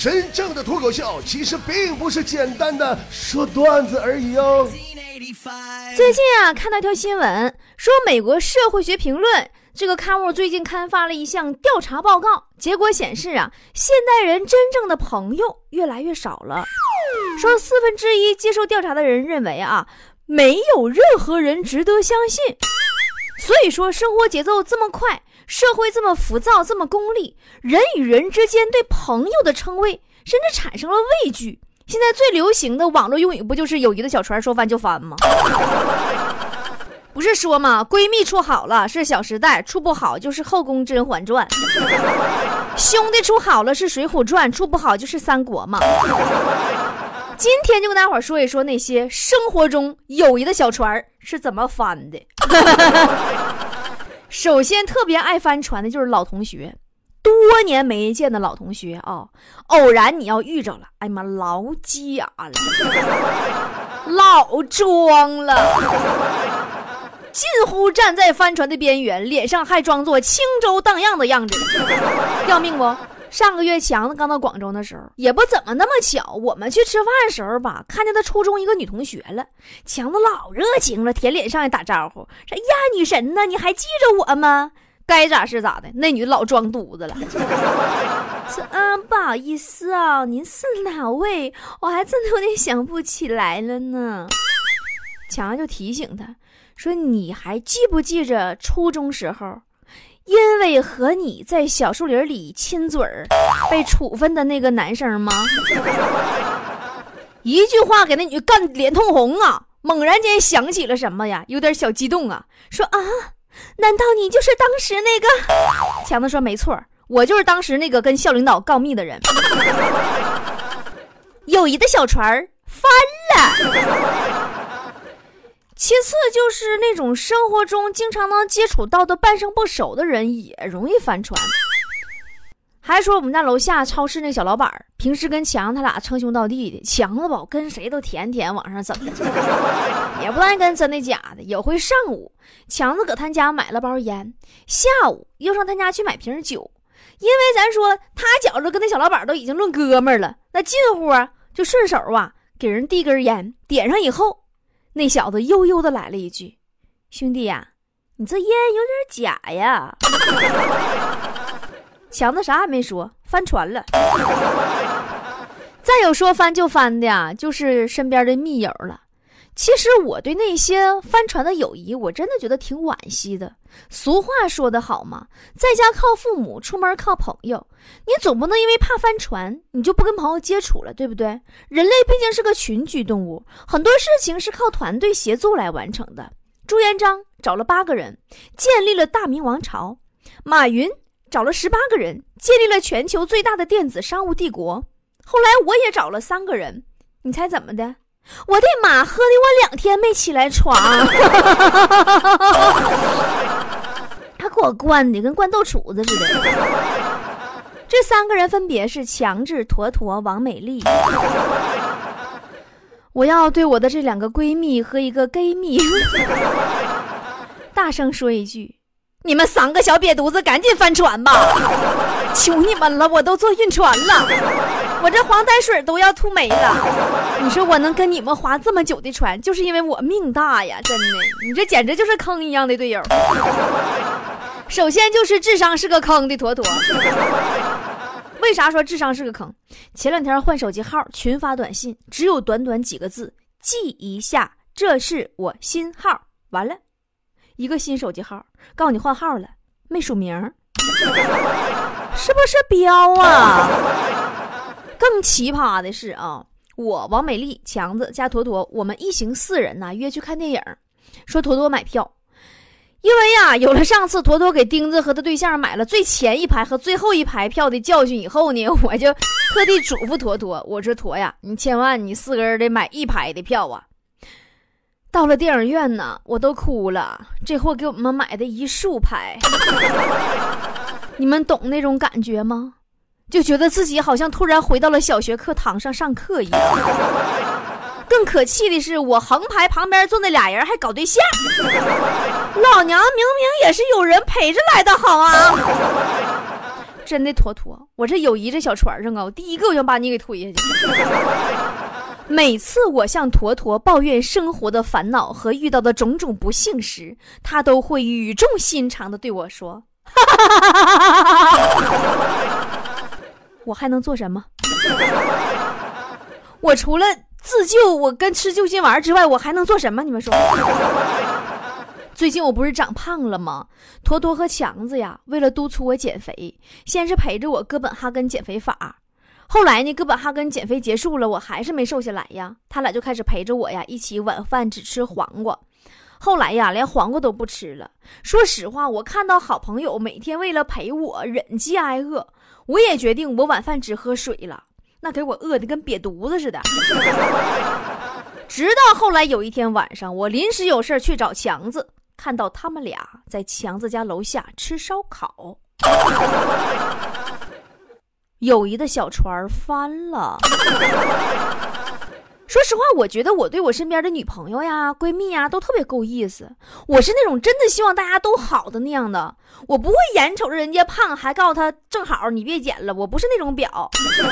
真正的脱口秀其实并不是简单的说段子而已哦。 最近啊，看到一条新闻，说美国社会学评论这个刊物最近刊发了一项调查报告，结果显示啊，现代人真正的朋友越来越少了。说1/4接受调查的人认为啊，没有任何人值得相信。所以说，生活节奏这么快，社会这么浮躁，这么功利，人与人之间对朋友的称谓甚至产生了畏惧。现在最流行的网络用语不就是友谊的小船说翻就翻吗？不是说嘛，闺蜜处好了是小时代，处不好就是后宫甄嬛传。兄弟处好了是水浒传，处不好就是三国嘛。今天就跟大伙说一说那些生活中友谊的小船是怎么翻的。首先特别爱翻船的就是老同学，多年没见的老同学啊，偶然你要遇着了，哎妈，老假了，老装了，近乎站在帆船的边缘，脸上还装作轻舟荡漾的样子，要命不？上个月强子刚到广州的时候，也不怎么那么巧，我们去吃饭的时候吧，看见他初中一个女同学了。强子老热情了，舔脸上也打招呼，说呀女神呢，你还记着我吗？该咋是咋的，那女的老装犊子了。说不好意思啊，您是哪位？我还真的有点想不起来了呢。强子就提醒他说，你还记不记着初中时候因为和你在小树林里亲嘴儿被处分的那个男生吗？一句话给那女干脸通红啊，猛然间想起了什么呀，有点小激动啊，说啊，难道你就是当时那个？强子说没错，我就是当时那个跟校领导告密的人。友谊的小船翻了。其次就是那种生活中经常能接触到的半生不熟的人也容易翻船。还说我们家楼下超市那小老板，平时跟强他俩称兄道弟的，强子宝跟谁都甜甜往上整，也不知道跟真的假的。有回上午强子搁他家买了包烟，下午又上他家去买瓶酒，因为咱说他觉着跟那小老板都已经论哥们了，那近乎啊就顺手啊给人递根烟，点上以后，那小子悠悠的来了一句，兄弟呀，你这烟有点假呀。强子啥也没说，翻船了。再有说翻就翻的呀，就是身边的密友了。其实我对那些翻船的友谊，我真的觉得挺惋惜的。俗话说得好嘛，在家靠父母，出门靠朋友。你总不能因为怕翻船，你就不跟朋友接触了，对不对？人类毕竟是个群居动物，很多事情是靠团队协作来完成的。朱元璋找了8个人，建立了大明王朝；马云找了18个人，建立了全球最大的电子商务帝国。后来我也找了3个人，你猜怎么的？我的妈，喝的我2天没起来床。他给我灌的跟灌豆杵子似的。这3个人分别是强志、坨坨、王美丽。我要对我的这2个闺蜜和一个 gay 蜜大声说一句，你们3个小瘪犊子赶紧翻船吧，求你们了，我都坐晕船了，我这黄带水都要吐没了。你说我能跟你们划这么久的船，就是因为我命大呀，真的，你这简直就是坑一样的队友。首先就是智商是个坑的坨坨。为啥说智商是个坑？前2天换手机号，群发短信，只有短短几个字，记一下，这是我新号。完了，一个新手机号，告诉你换号了，没署名，是不是彪啊？更奇葩的是啊，我王美丽、强子加坨坨，我们一行4人呢约去看电影，说坨坨买票。因为呀，有了上次坨坨给钉子和他对象买了最前一排和最后一排票的教训以后呢，我就特地嘱咐坨坨，我说坨呀，你千万你4个人得买1排的票啊。到了电影院呢，我都哭了，这货给我们买的1竖排。你们懂那种感觉吗？就觉得自己好像突然回到了小学课堂上上课一样。更可气的是，我横排旁边坐那俩人还搞对象，老娘明明也是有人陪着来的好啊。 真的坨坨，我这友谊这小船上啊，我第一个我想把你给推下去。每次我向坨坨抱怨生活的烦恼和遇到的种种不幸时，他都会语重心长地对我说我还能做什么？我除了自救，我跟吃救心丸之外，我还能做什么？你们说？最近我不是长胖了吗？坨坨和强子呀，为了督促我减肥，先是陪着我哥本哈根减肥法，后来呢，哥本哈根减肥结束了，我还是没瘦下来呀，他俩就开始陪着我呀，一起晚饭只吃黄瓜。后来呀，连黄瓜都不吃了。说实话，我看到好朋友每天为了陪我忍饥挨饿，我也决定我晚饭只喝水了，那给我饿得跟瘪犊子似的。直到后来有一天晚上，我临时有事去找强子，看到他们俩在强子家楼下吃烧烤，友谊的小船翻了。说实话，我觉得我对我身边的女朋友呀、闺蜜呀都特别够意思，我是那种真的希望大家都好的那样的，我不会眼瞅着人家胖还告诉他正好你别减了，我不是那种婊。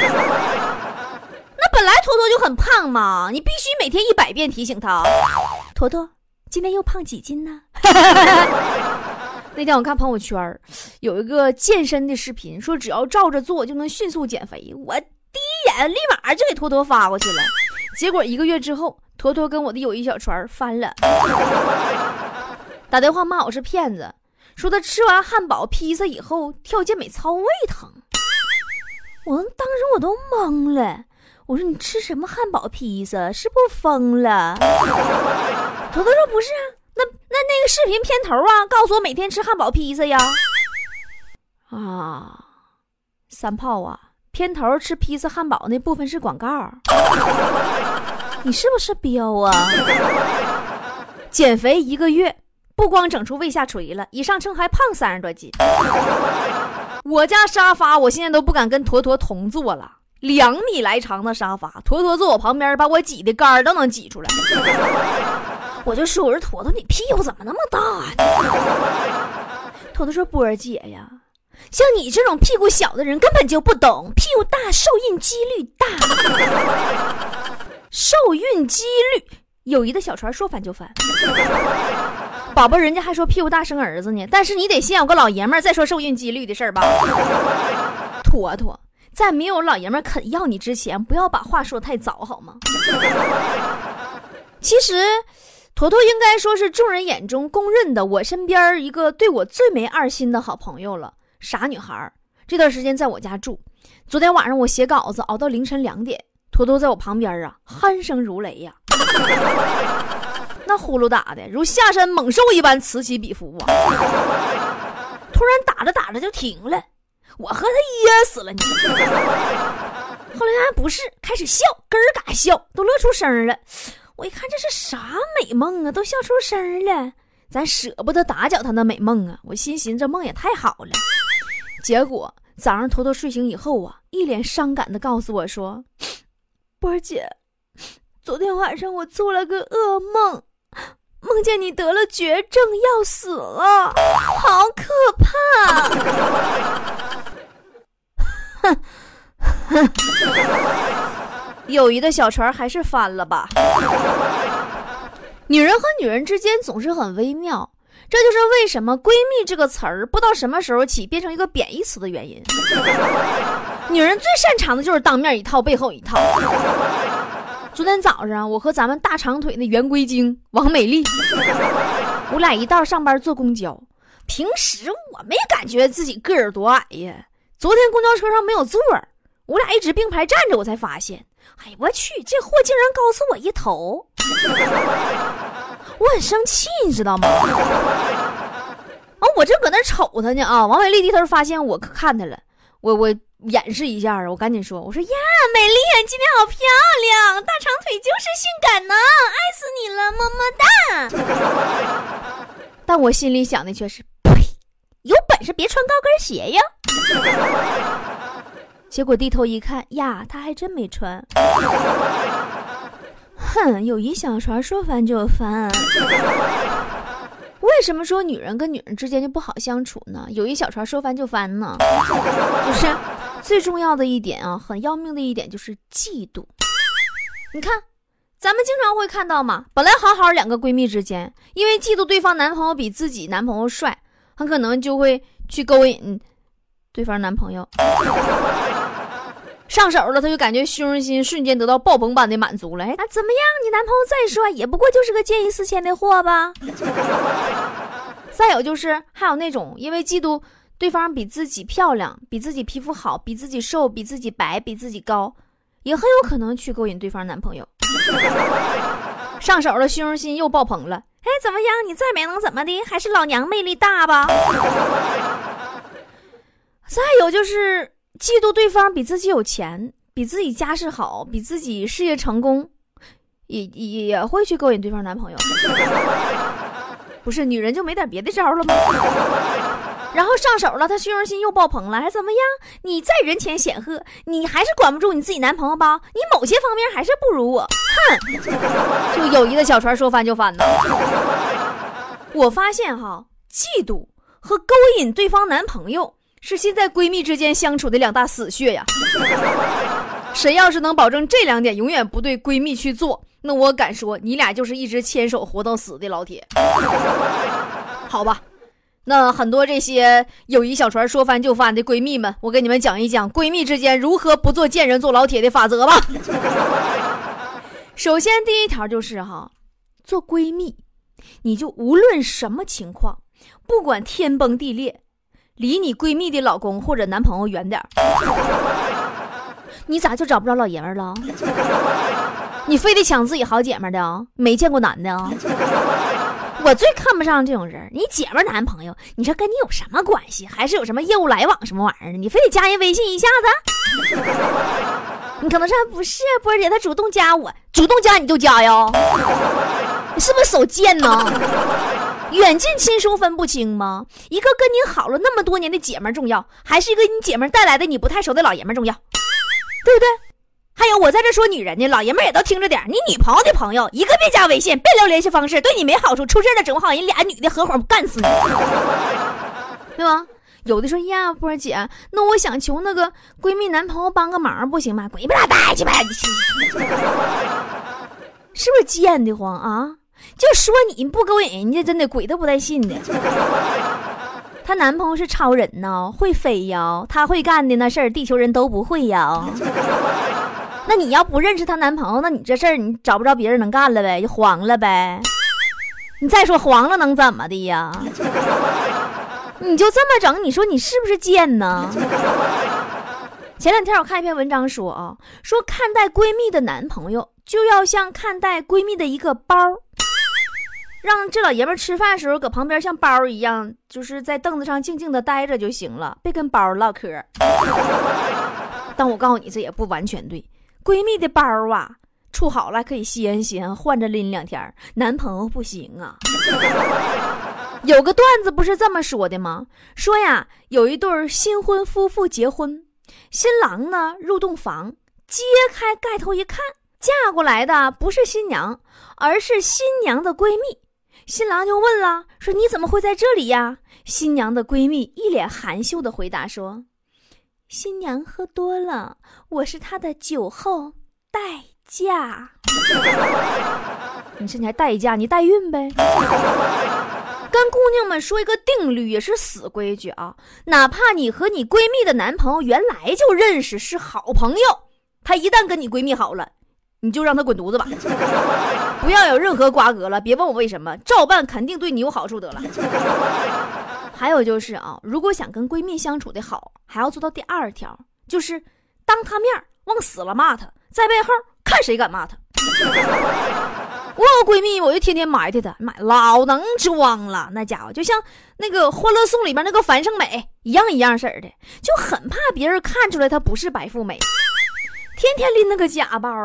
那本来坨坨就很胖嘛，你必须每天100遍提醒他，坨坨今天又胖几斤呢？那天我看朋友圈有一个健身的视频，说只要照着做就能迅速减肥，我第一眼立马就给坨坨发过去了。结果1个月之后，坨坨跟我的友谊小船翻了，打电话骂我是骗子，说他吃完汉堡披萨以后跳健美操胃疼。当时我都懵了，我说你吃什么汉堡披萨，是不是疯了？坨坨说不是啊，那个视频片头啊，告诉我每天吃汉堡披萨呀。啊，三炮啊，片头吃披萨汉堡那部分是广告，你是不是彪啊？减肥1个月，不光整出胃下垂了，一上称还胖30多斤。我家沙发我现在都不敢跟坨坨同坐了，2米来长的沙发，坨坨坐我旁边，把我挤的肝都能挤出来。我就说，我说坨坨你屁股怎么那么大呢？坨坨说波儿姐呀，像你这种屁股小的人根本就不懂，屁股大受孕几率大。受孕几率，友谊的小船说翻就翻。宝宝人家还说屁股大生儿子呢，但是你得先有个老爷们儿再说受孕几率的事儿吧。坨坨，在没有老爷们儿肯要你之前，不要把话说太早好吗？其实坨坨应该说是众人眼中公认的我身边一个对我最没二心的好朋友了。傻女孩这段时间在我家住，昨天晚上我写稿子熬到凌晨2点，坨坨在我旁边啊，鼾声如雷呀，那呼噜打的如下山猛兽一般此起彼伏啊。突然打着打着就停了，我和他噎死了你。后来还不是开始笑，咯儿嘎笑，都乐出声了。我一看这是啥美梦啊，都笑出声了，咱舍不得打搅他那美梦啊，我心寻这梦也太好了。结果早上坨坨睡醒以后啊，一脸伤感的告诉我说，波儿姐，昨天晚上我做了个噩梦，梦见你得了绝症要死了，好可怕。友谊的小船还是翻了吧。女人和女人之间总是很微妙，这就是为什么闺蜜这个词儿不知道什么时候起变成一个贬义词的原因。女人最擅长的就是当面一套背后一套。昨天早上我和咱们大长腿的圆规精王美丽，我俩一道上班坐公交，平时我没感觉自己个儿多矮呀，昨天公交车上没有座，我俩一直并排站着，我才发现，哎，我去，这货竟然高出我一头。我很生气你知道吗？我正搁那瞅他呢啊，王美丽低头发现我看他了，我演示一下，我赶紧说，我说呀，美丽你今天好漂亮，大长腿就是性感呢，爱死你了，么么哒。但我心里想的却是，呸，有本事别穿高跟鞋呀。结果低头一看呀，他还真没穿。哼，友谊小船说翻就翻。我也为什么说女人跟女人之间就不好相处呢？有一小船说翻就翻呢，就是最重要的一点啊，很要命的一点就是嫉妒。你看咱们经常会看到嘛，本来好好两个闺蜜之间，因为嫉妒对方男朋友比自己男朋友帅，很可能就会去勾引对方男朋友，上手了，他就感觉虚荣心瞬间得到爆棚般的满足了。怎么样，你男朋友再帅也不过就是个见异思迁的货吧。再有就是还有那种因为嫉妒对方比自己漂亮，比自己皮肤好，比自己瘦，比自己白，比自己高，也很有可能去勾引对方男朋友。上手了，虚荣心又爆棚了。怎么样，你再美能怎么的，还是老娘魅力大吧。再有就是嫉妒对方比自己有钱，比自己家世好，比自己事业成功，也会去勾引对方男朋友。不是女人就没点别的招了吗？然后上手了，他虚荣心又爆棚了，还怎么样？你在人前显赫，你还是管不住你自己男朋友吧？你某些方面还是不如我。哼，就友谊的小船说翻就翻呢。我发现哈，嫉妒和勾引对方男朋友是现在闺蜜之间相处的两大死穴呀。谁要是能保证这两点永远不对闺蜜去做，那我敢说你俩就是一直牵手活到死的老铁。好吧，那很多这些友谊小船说翻就翻的闺蜜们，我给你们讲一讲闺蜜之间如何不做贱人做老铁的法则吧。首先第一条就是做闺蜜你就无论什么情况，不管天崩地裂，离你闺蜜的老公或者男朋友远点。你咋就找不着老爷们了？你非得抢自己好姐们的啊？没见过男的啊？我最看不上这种人，你姐们男朋友，你说跟你有什么关系？还是有什么业务来往什么玩意儿的？你非得加人微信一下子？你可能说不是波儿姐，她主动加我，主动加你就加呀？你是不是手贱呢？远近亲疏分不清吗？一个跟你好了那么多年的姐们重要，还是一个你姐们带来的你不太熟的老爷们重要？对不对？还有我在这说女人呢，老爷们也都听着点，你女朋友的朋友一个别加微信，别留联系方式，对你没好处，出事了整不好人俩女的合伙干死你，对吧？有的说呀，波儿姐，那我想求那个闺蜜男朋友帮个忙不行吗？鬼不拉带去吧，是不是贱的慌啊？就说你不勾引人家，真的鬼都不带信的。她男朋友是超人呢，会飞呀，她会干的那事儿地球人都不会呀。那你要不认识她男朋友，那你这事儿你找不着别人能干了呗，就黄了呗。你再说黄了能怎么的呀？你就这么整，你说你是不是贱呢？前两天我看一篇文章说说看待闺蜜的男朋友就要像看待闺蜜的一个包，让这老爷们吃饭的时候搁旁边像包一样，就是在凳子上静静的待着就行了，别跟包唠嗑。但我告诉你，这也不完全对。闺蜜的包处好了可以歇歇，换着拎2天，男朋友不行啊。有个段子不是这么说的吗？说呀，有一对新婚夫妇结婚，新郎呢入洞房，揭开盖头一看，嫁过来的不是新娘，而是新娘的闺蜜。新郎就问了，说你怎么会在这里呀？新娘的闺蜜一脸含羞的回答说，新娘喝多了，我是她的酒后代驾。你说你还代驾，你代孕呗。跟姑娘们说一个定律，也是死规矩啊，哪怕你和你闺蜜的男朋友原来就认识，是好朋友，他一旦跟你闺蜜好了，你就让他滚犊子吧，不要有任何瓜葛了，别问我为什么，照办肯定对你有好处得了。还有就是如果想跟闺蜜相处的好，还要做到第2条，就是当她面往死了骂她，在背后看谁敢骂她。我有闺蜜，我就天天埋汰她，老能装了，那家伙就像那个《欢乐颂》里面那个樊胜美一样式的，就很怕别人看出来她不是白富美，天天拎那个假包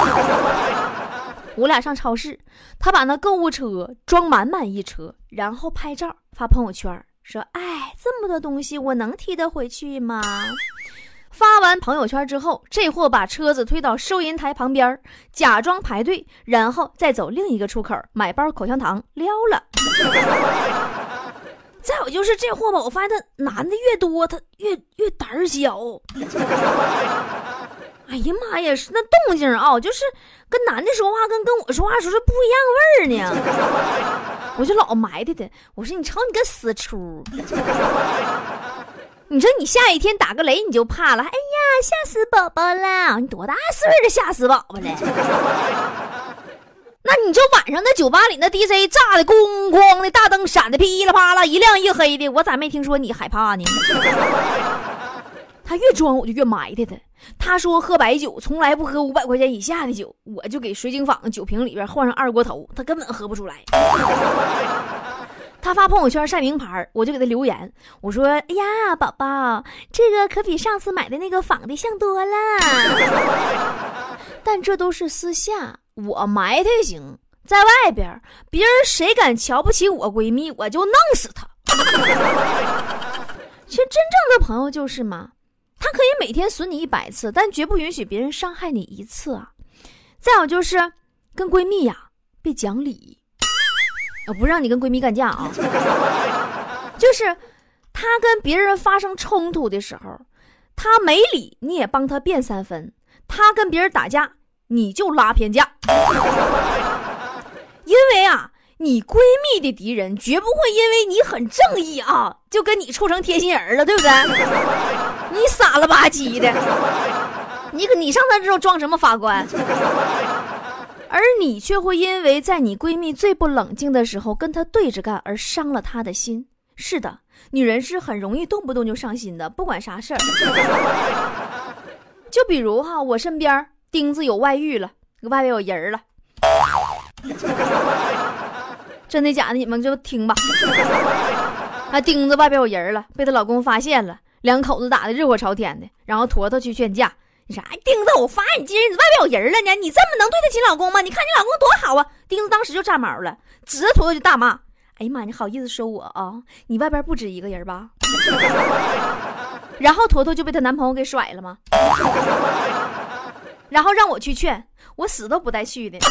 我俩上超市，她把那购物车装满一车，然后拍照发朋友圈说，这么多东西我能提得回去吗？ 发完朋友圈之后，这货把车子推到收银台旁边，假装排队，然后再走另一个出口买包口香糖撩了。再有就是这货吧，我发现他男的越多他越胆儿小。哎呀妈呀，那动静啊，就是跟男的说话跟我说话时候是不一样味儿呢。我就老埋汰他，我说你瞅你个死出，你说你下雨天打个雷你就怕了，哎呀吓死宝宝了，你多大岁数吓死宝宝了？那你就晚上那酒吧里那 DJ 炸的咣咣的，大灯闪的噼里啪啦，一亮一黑的，我咋没听说你害怕呢？他越装我就越埋汰他。他说喝白酒从来不喝500块钱以下的酒，我就给水晶坊的酒瓶里边换上二锅头，他根本喝不出来。他发朋友圈晒名牌，我就给他留言，我说哎呀宝宝，这个可比上次买的那个仿的像多了。但这都是私下，我埋汰行，在外边别人谁敢瞧不起我闺蜜，我就弄死他。其实真正的朋友就是嘛，他可以每天损你100次，但绝不允许别人伤害你1次啊。再有就是跟闺蜜呀，别讲理。我不让你跟闺蜜干架啊，就是她跟别人发生冲突的时候，她没理你也帮她辩3分，她跟别人打架你就拉偏架。因为啊，你闺蜜的敌人绝不会因为你很正义啊，就跟你处成贴心人了，对不对？你傻了吧唧的，你上他这种装什么法官？而你却会因为在你闺蜜最不冷静的时候跟她对着干而伤了她的心。是的，女人是很容易动不动就伤心的，不管啥事儿。就比如哈，我身边钉子有外遇了，外边有人了。真的假的你们就听吧。钉子外边有人了，被她老公发现了，两口子打得热火朝天的，然后坨坨去劝架。你说哎，钉子，我发现你今日外边有人了呢，你这么能对得起老公吗？你看你老公多好啊！钉子当时就炸毛了，指着坨坨就大骂：哎呀妈，你好意思说我啊？你外边不止一个人吧？然后坨坨就被她男朋友给甩了吗？然后让我去劝，我死都不带去的。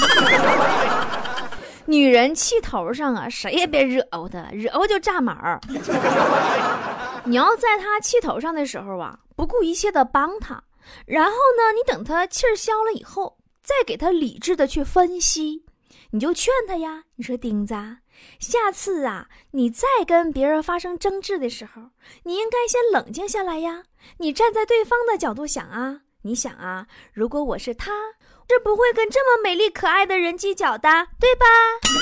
女人气头上啊，谁也别惹乎她，惹乎就炸毛。你要在她气头上的时候啊，不顾一切的帮她，然后呢，你等她气儿消了以后，再给她理智的去分析。你就劝她呀，你说钉子，下次啊，你再跟别人发生争执的时候，你应该先冷静下来呀。你站在对方的角度想啊，你想啊，如果我是他，是不会跟这么美丽可爱的人计较的，对吧？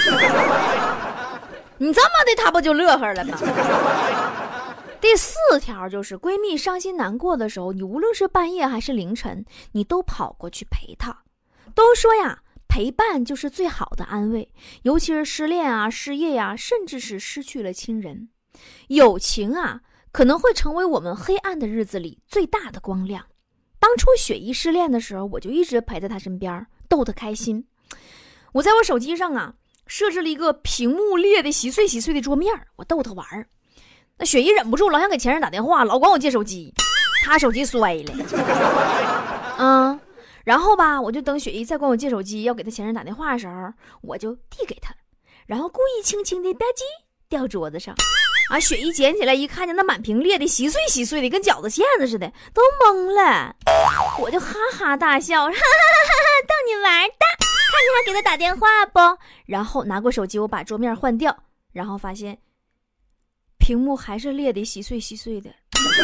你这么的，他不就乐呵了吗？第4条就是闺蜜伤心难过的时候，你无论是半夜还是凌晨，你都跑过去陪她。都说呀，陪伴就是最好的安慰，尤其是失恋啊、失业啊，甚至是失去了亲人。友情啊，可能会成为我们黑暗的日子里最大的光亮。当初雪姨失恋的时候，我就一直陪在她身边，逗她开心。我在我手机上啊，设置了一个屏幕裂的稀碎稀碎的桌面，我逗她玩。那雪姨忍不住老想给前任打电话，老管我借手机，她手机摔了。然后吧，我就等雪姨再管我借手机要给她前任打电话的时候，我就递给她，然后故意轻轻的吧唧掉桌子上。雪姨捡起来一看见那满屏裂的稀碎稀碎的，跟饺子馅子似的，都懵了。我就哈哈大笑，哈哈哈哈，逗你玩的，看你还给他打电话不？然后拿过手机，我把桌面换掉，然后发现屏幕还是裂的稀碎稀碎的。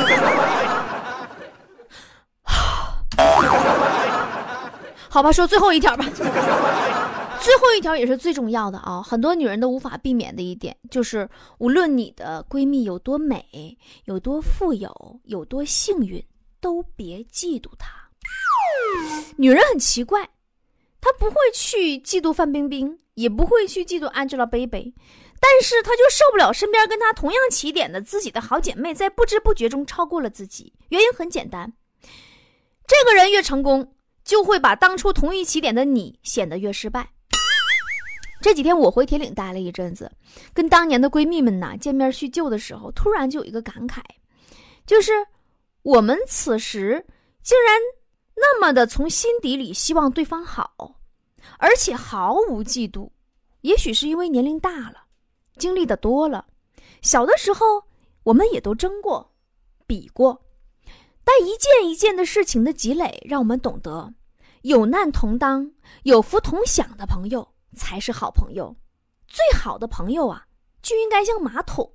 好吧，说最后一条吧。最后一条也是最重要的啊，很多女人都无法避免的一点，就是无论你的闺蜜有多美，有多富有，有多幸运，都别嫉妒她。女人很奇怪，她不会去嫉妒范冰冰，也不会去嫉妒 Angelababy， 但是她就受不了身边跟她同样起点的自己的好姐妹在不知不觉中超过了自己。原因很简单，这个人越成功，就会把当初同一起点的你显得越失败。这几天我回铁岭待了一阵子，跟当年的闺蜜们见面叙旧的时候，突然就有一个感慨，就是我们此时竟然那么的从心底里希望对方好，而且毫无嫉妒。也许是因为年龄大了，经历的多了，小的时候我们也都争过比过，但一件一件的事情的积累让我们懂得，有难同当，有福同享的朋友才是好朋友。最好的朋友啊，就应该像马桶，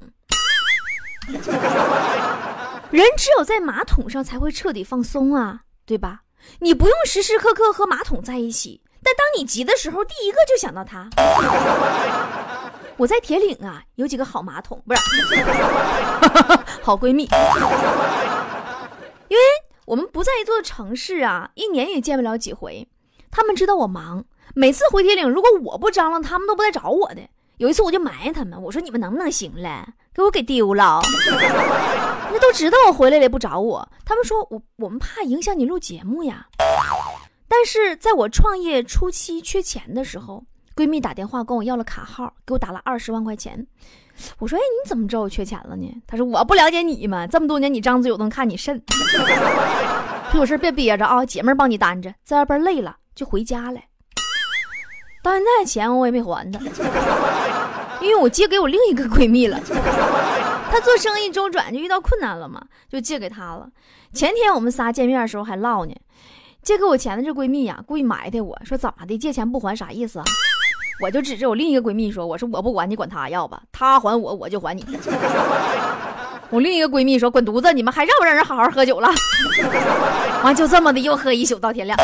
人只有在马桶上才会彻底放松啊，对吧？你不用时时刻刻和马桶在一起，但当你急的时候，第一个就想到他。我在铁岭啊，有几个好马桶，不是好闺蜜，因为我们不在一座城市啊，一年也见不了几回。他们知道我忙，每次回铁岭，如果我不张罗，他们都不带找我的。有一次我就埋怨他们，我说你们能不能行了，给我给丢了。那都知道我回来了也不找我，他们说我们怕影响你录节目呀。但是在我创业初期缺钱的时候，闺蜜打电话跟我要了卡号，给我打了20万块钱。我说你怎么知道我缺钱了呢？她说我不了解你嘛，这么多年你张嘴有能看你肾。说有事别憋着啊，姐妹帮你担着，在外边累了就回家来。到现在钱我也没还她，因为我借给我另一个闺蜜了。她做生意周转就遇到困难了嘛，就借给她了。前天我们仨见面的时候还唠呢，借给我钱的这闺蜜呀，故意埋汰我说怎么的，借钱不还啥意思啊？我就指着我另一个闺蜜说，我说我不管你管她要吧，她还我我就还你。我另一个闺蜜说滚犊子，你们还让不让人好好喝酒了？完就这么的又喝一宿到天亮。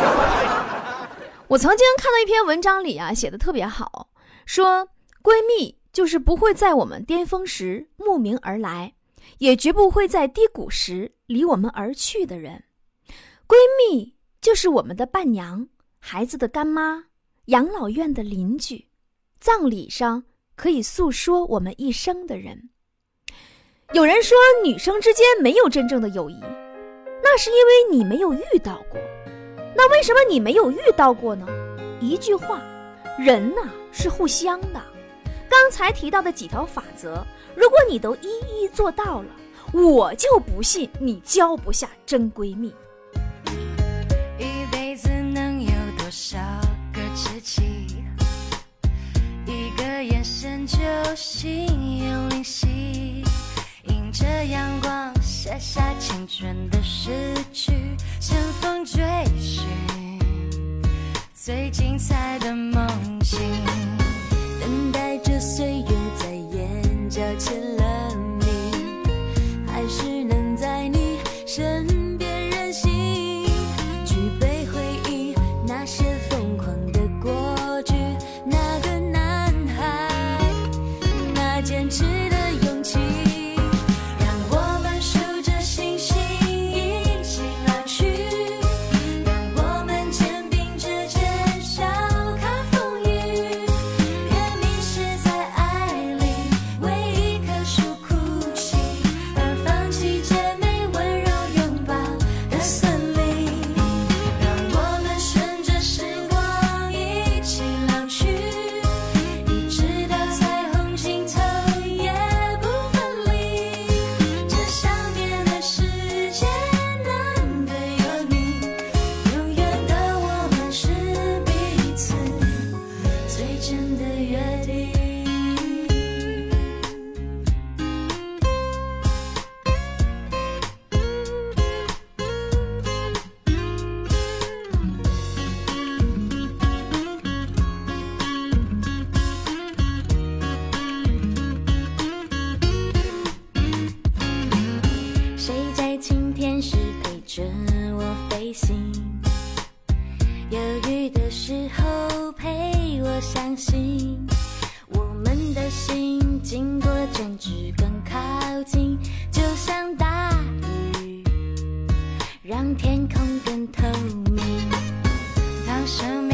我曾经看到一篇文章里啊，写的特别好，说闺蜜就是不会在我们巅峰时慕名而来，也绝不会在低谷时离我们而去的人。闺蜜就是我们的伴娘，孩子的干妈，养老院的邻居，葬礼上可以诉说我们一生的人。有人说女生之间没有真正的友谊，那是因为你没有遇到过。那为什么你没有遇到过呢？一句话，人呢是互相的。刚才提到的几条法则，如果你都一一做到了，我就不信你交不下真闺蜜。 一辈子能有多少个知己，一个眼神就心有灵犀，迎着阳光写下青春的诗句，乘风追寻最精彩的梦醒，等待着岁月在眼角牵了你，还是能在你身边任性，举杯回忆那些疯狂的过去，那个男孩，那坚持的勇气，让我们数着星星一起老去，让我们肩并着肩笑看风雨，别迷失在爱里为一棵树哭泣，而放弃姐妹温柔拥抱的森林，让我们顺着时光一起老去，一直到彩虹尽头也不分离，这想念的世界难得有你，永远的我们是彼此最真的约定。谁在晴天时陪着我飞行，犹豫的时候陪我相信，我们的心经过争执更靠近，就像大雨让天空更透明，当生